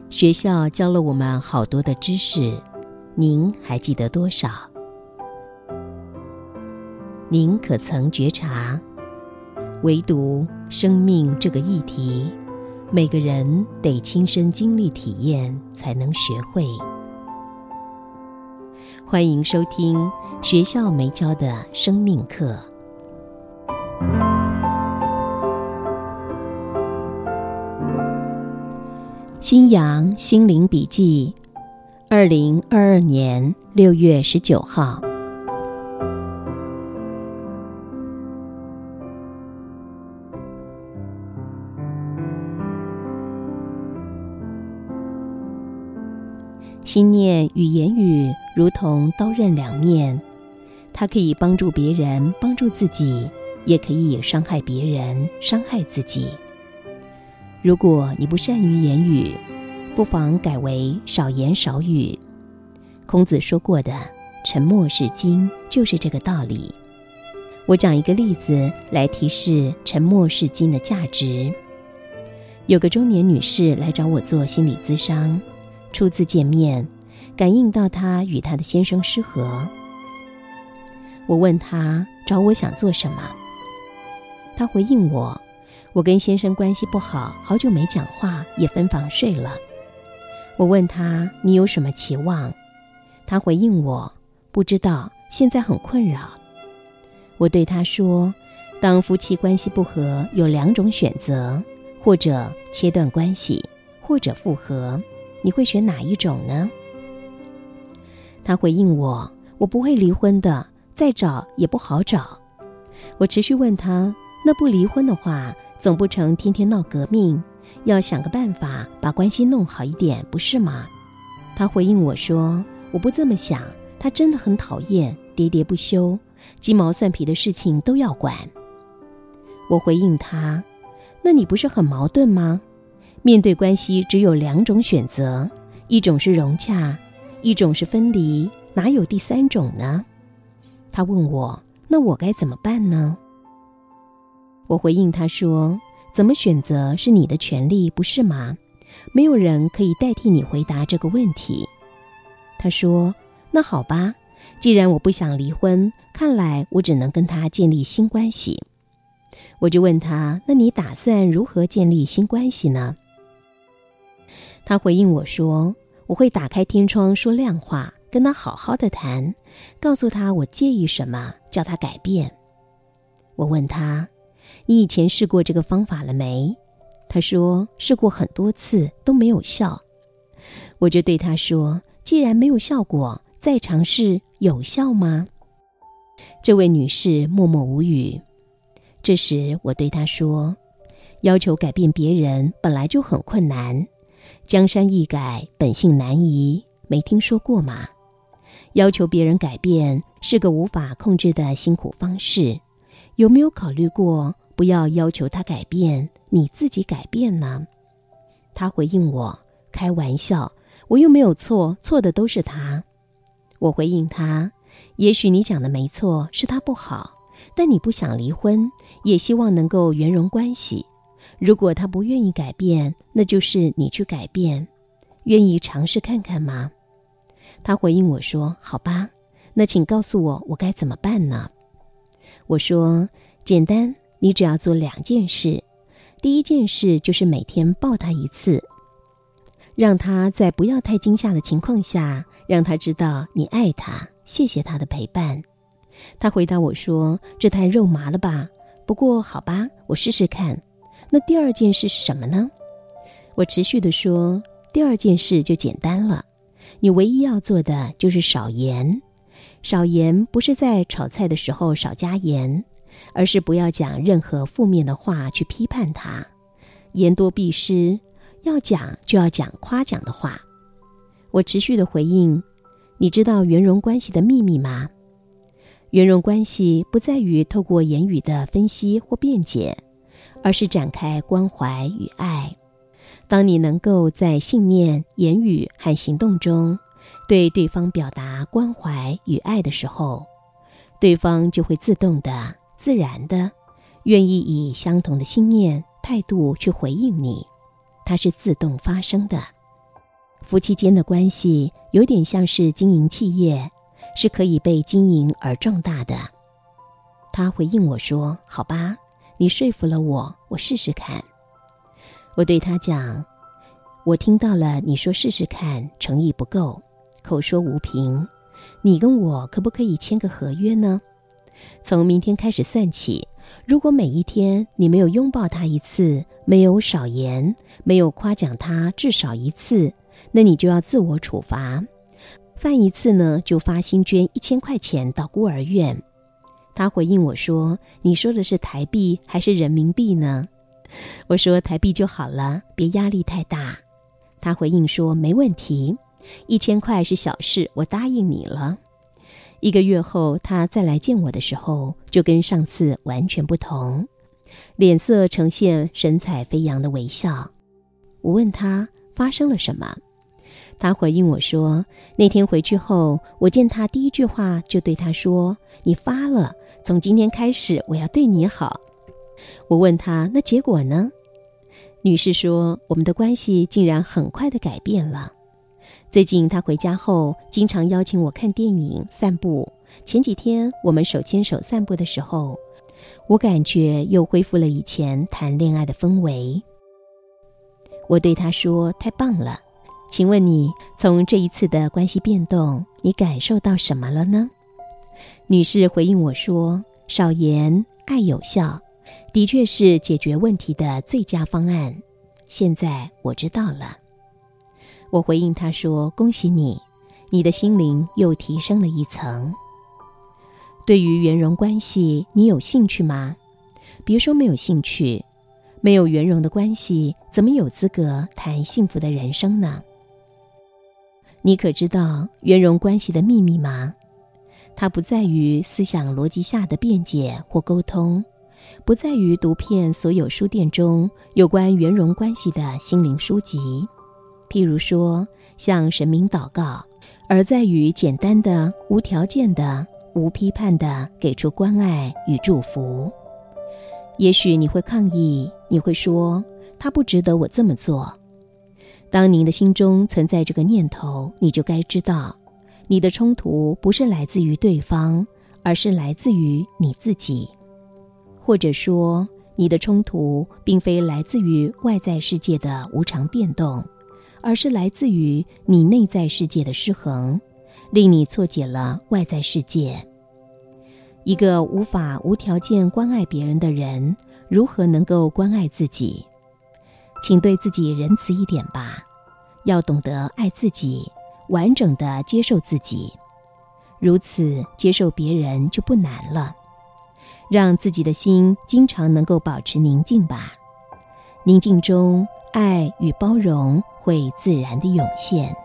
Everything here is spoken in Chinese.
学校教了我们好多的知识，您还记得多少？您可曾觉察，唯独生命这个议题，每个人得亲身经历体验才能学会。欢迎收听学校没教的生命课。新阳心灵笔记，2022年6月19号。心念与言语如同刀刃两面，它可以帮助别人，帮助自己，也可以伤害别人，伤害自己。如果你不善于言语，不妨改为少言少语。孔子说过的沉默是金，就是这个道理。我讲一个例子来提示沉默是金的价值。有个中年女士来找我做心理咨商，初次见面，感应到她与她的先生失和。我问她找我想做什么，她回应我跟先生关系不好，好久没讲话，也分房睡了。我问她你有什么期望，她回应我不知道，现在很困扰。我对她说，当夫妻关系不和，有2种选择，或者切断关系，或者复合，你会选哪一种呢？她回应我不会离婚的，再找也不好找。我持续问她，那不离婚的话，总不成天天闹革命，要想个办法把关系弄好一点，不是吗？她回应我说，我不这么想，他真的很讨厌，喋喋不休，鸡毛蒜皮的事情都要管。我回应她，那你不是很矛盾吗？面对关系只有2种选择，一种是融洽，一种是分离，哪有第3种呢？她问我，那我该怎么办呢？我回应她说，怎么选择是你的权利，不是吗？没有人可以代替你回答这个问题。她说，那好吧，既然我不想离婚，看来我只能跟他建立新关系。我就问她，那你打算如何建立新关系呢？她回应我说，我会打开天窗说亮话，跟他好好的谈，告诉他我介意什么，叫他改变。我问他，你以前试过这个方法了没？他说，试过很多次，都没有效。我就对他说，既然没有效果，再尝试有效吗？这位女士默默无语。这时我对她说，要求改变别人本来就很困难，江山易改，本性难移，没听说过吗？要求别人改变是个无法控制的辛苦方式，有没有考虑过不要要求他改变，你自己改变呢？他回应我，开玩笑，我又没有错，错的都是他。我回应他，也许你讲的没错，是他不好，但你不想离婚，也希望能够圆融关系。如果他不愿意改变，那就是你去改变，愿意尝试看看吗？他回应我说，好吧，那请告诉我该怎么办呢？我说，简单，你只要做2件事。第一件事就是每天抱他一次，让他在不要太惊吓的情况下，让他知道你爱他，谢谢他的陪伴。他回答我说，这太肉麻了吧，不过好吧，我试试看。那第2件事是什么呢？我持续地说，第2件事就简单了，你唯一要做的就是少言。少言不是在炒菜的时候少加盐，而是不要讲任何负面的话去批判他，言多必失，要讲就要讲夸奖的话。我持续的回应，你知道圆融关系的秘密吗？圆融关系不在于透过言语的分析或辩解，而是展开关怀与爱。当你能够在信念、言语和行动中对对方表达关怀与爱的时候，对方就会自动的、自然的愿意以相同的心念、态度去回应你，它是自动发生的。 夫妻间的关系有点像是经营企业，是可以被经营而壮大的。他回应我说，好吧，你说服了我，我试试看。我对他讲，我听到了你说试试看，诚意不够，口说无凭，你跟我可不可以签个合约呢？从明天开始算起，如果每一天你没有拥抱他一次，没有少言，没有夸奖他至少一次，那你就要自我处罚。犯一次呢，就发新捐1000块钱到孤儿院。他回应我说，你说的是台币还是人民币呢？我说台币就好了，别压力太大。他回应说，没问题，1000块是小事，我答应你了。1个月后，他再来见我的时候，就跟上次完全不同，脸色呈现神采飞扬的微笑。我问他发生了什么，他回应我说，那天回去后，我见他第一句话就对他说，你发了，从今天开始我要对你好。我问他，那结果呢？女士说，我们的关系竟然很快地改变了。最近他回家后，经常邀请我看电影、散步。前几天我们手牵手散步的时候，我感觉又恢复了以前谈恋爱的氛围。我对他说，太棒了，请问你从这一次的关系变动，你感受到什么了呢？女士回应我说，少言，爱有效，的确是解决问题的最佳方案。现在我知道了。我回应他说，恭喜你，你的心灵又提升了一层。对于圆融关系，你有兴趣吗？别说没有兴趣，没有圆融的关系，怎么有资格谈幸福的人生呢？你可知道圆融关系的秘密吗？它不在于思想逻辑下的辩解或沟通，不在于读遍所有书店中有关圆融关系的心灵书籍，譬如说向神明祷告，而在于简单的、无条件的、无批判的给出关爱与祝福。也许你会抗议，你会说，他不值得我这么做。当您的心中存在这个念头，你就该知道，你的冲突不是来自于对方，而是来自于你自己。或者说，你的冲突并非来自于外在世界的无常变动，而是来自于你内在世界的失衡，令你错解了外在世界。一个无法无条件关爱别人的人，如何能够关爱自己？请对自己仁慈一点吧，要懂得爱自己，完整的接受自己，如此接受别人就不难了。让自己的心经常能够保持宁静吧，宁静中爱与包容会自然地涌现。